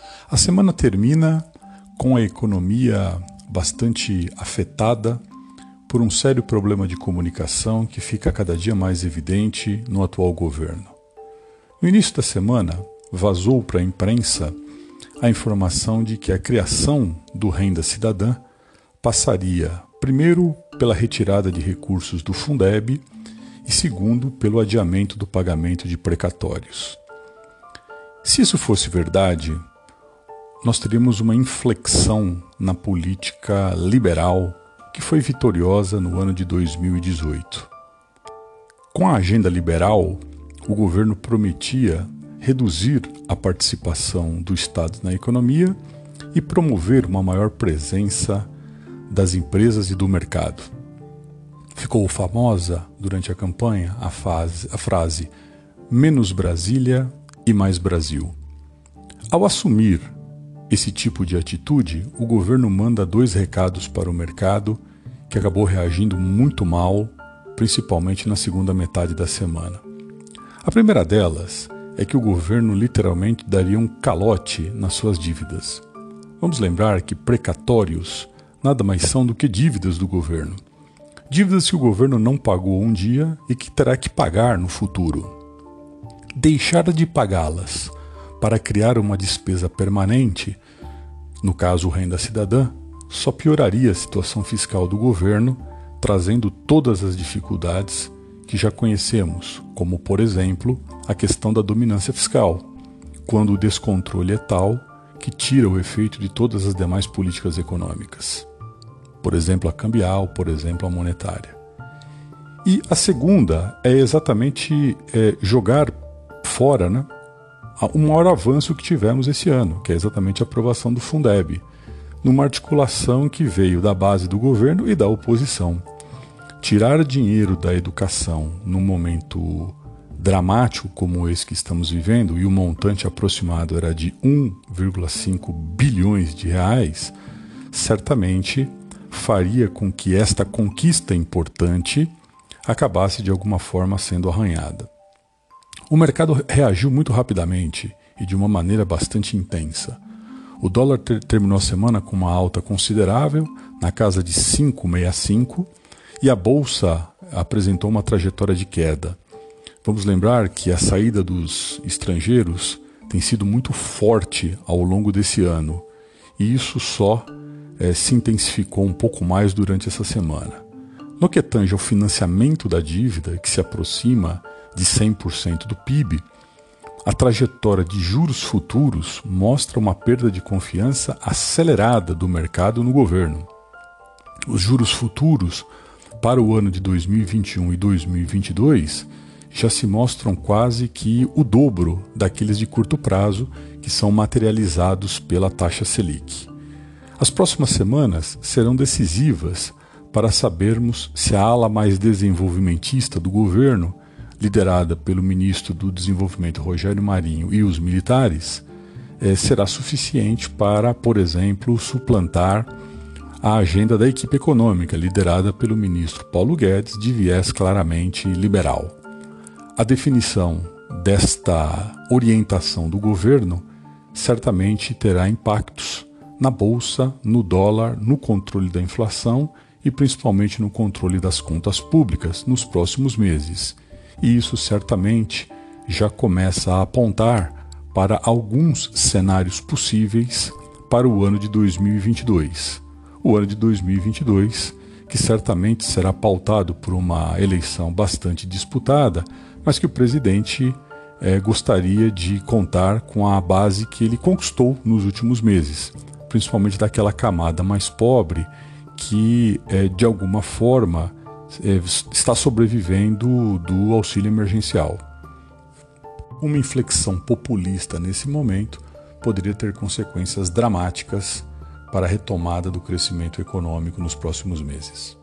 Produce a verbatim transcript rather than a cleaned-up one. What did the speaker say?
A semana termina com a economia bastante afetada por um sério problema de comunicação que fica cada dia mais evidente no atual governo. No início da semana, vazou para a imprensa a informação de que a criação do Renda Cidadã passaria, primeiro, pela retirada de recursos do Fundeb e, segundo, pelo adiamento do pagamento de precatórios. Se isso fosse verdade, nós teríamos uma inflexão na política liberal que foi vitoriosa no ano de dois mil e dezoito. Com a agenda liberal, o governo prometia reduzir a participação do Estado na economia e promover uma maior presença das empresas e do mercado. Ficou famosa durante a campanha a, fase, a frase "menos Brasília e mais Brasil". Ao assumir esse tipo de atitude, o governo manda dois recados para o mercado que acabou reagindo muito mal, principalmente na segunda metade da semana. A primeira delas é que o governo literalmente daria um calote nas suas dívidas. Vamos lembrar que precatórios nada mais são do que dívidas do governo. Dívidas que o governo não pagou um dia e que terá que pagar no futuro. Deixar de pagá-las para criar uma despesa permanente, no caso o Renda Cidadã, só pioraria a situação fiscal do governo, trazendo todas as dificuldades que já conhecemos, como, por exemplo, a questão da dominância fiscal, quando o descontrole é tal que tira o efeito de todas as demais políticas econômicas. Por exemplo, a cambial, por exemplo, a monetária. E a segunda é exatamente é, jogar fora, né, o maior avanço que tivemos esse ano, que é exatamente a aprovação do Fundeb, numa articulação que veio da base do governo e da oposição. Tirar dinheiro da educação num momento dramático como esse que estamos vivendo, e o montante aproximado era de um vírgula cinco bilhões de reais, certamente faria com que esta conquista importante acabasse de alguma forma sendo arranhada. O mercado reagiu muito rapidamente e de uma maneira bastante intensa. O dólar ter, terminou a semana com uma alta considerável, na casa de cinco vírgula sessenta e cinco, e a Bolsa apresentou uma trajetória de queda. Vamos lembrar que a saída dos estrangeiros tem sido muito forte ao longo desse ano, e isso só é, se intensificou um pouco mais durante essa semana. No que tange ao financiamento da dívida, que se aproxima de cem por cento do P I B, a trajetória de juros futuros mostra uma perda de confiança acelerada do mercado no governo. Os juros futuros para o ano de dois mil e vinte e um e dois mil e vinte e dois já se mostram quase que o dobro daqueles de curto prazo que são materializados pela taxa Selic. As próximas semanas serão decisivas para sabermos se a ala mais desenvolvimentista do governo, liderada pelo ministro do Desenvolvimento Rogério Marinho e os militares, eh, será suficiente para, por exemplo, suplantar a agenda da equipe econômica, liderada pelo ministro Paulo Guedes, de viés claramente liberal. A definição desta orientação do governo certamente terá impactos na bolsa, no dólar, no controle da inflação e principalmente no controle das contas públicas nos próximos meses. E isso certamente já começa a apontar para alguns cenários possíveis para o ano de dois mil e vinte e dois. O ano de dois mil e vinte e dois, que certamente será pautado por uma eleição bastante disputada, mas que o presidente eh, gostaria de contar com a base que ele conquistou nos últimos meses, principalmente daquela camada mais pobre que, eh, de alguma forma, eh, está sobrevivendo do auxílio emergencial. Uma inflexão populista nesse momento poderia ter consequências dramáticas para a retomada do crescimento econômico nos próximos meses.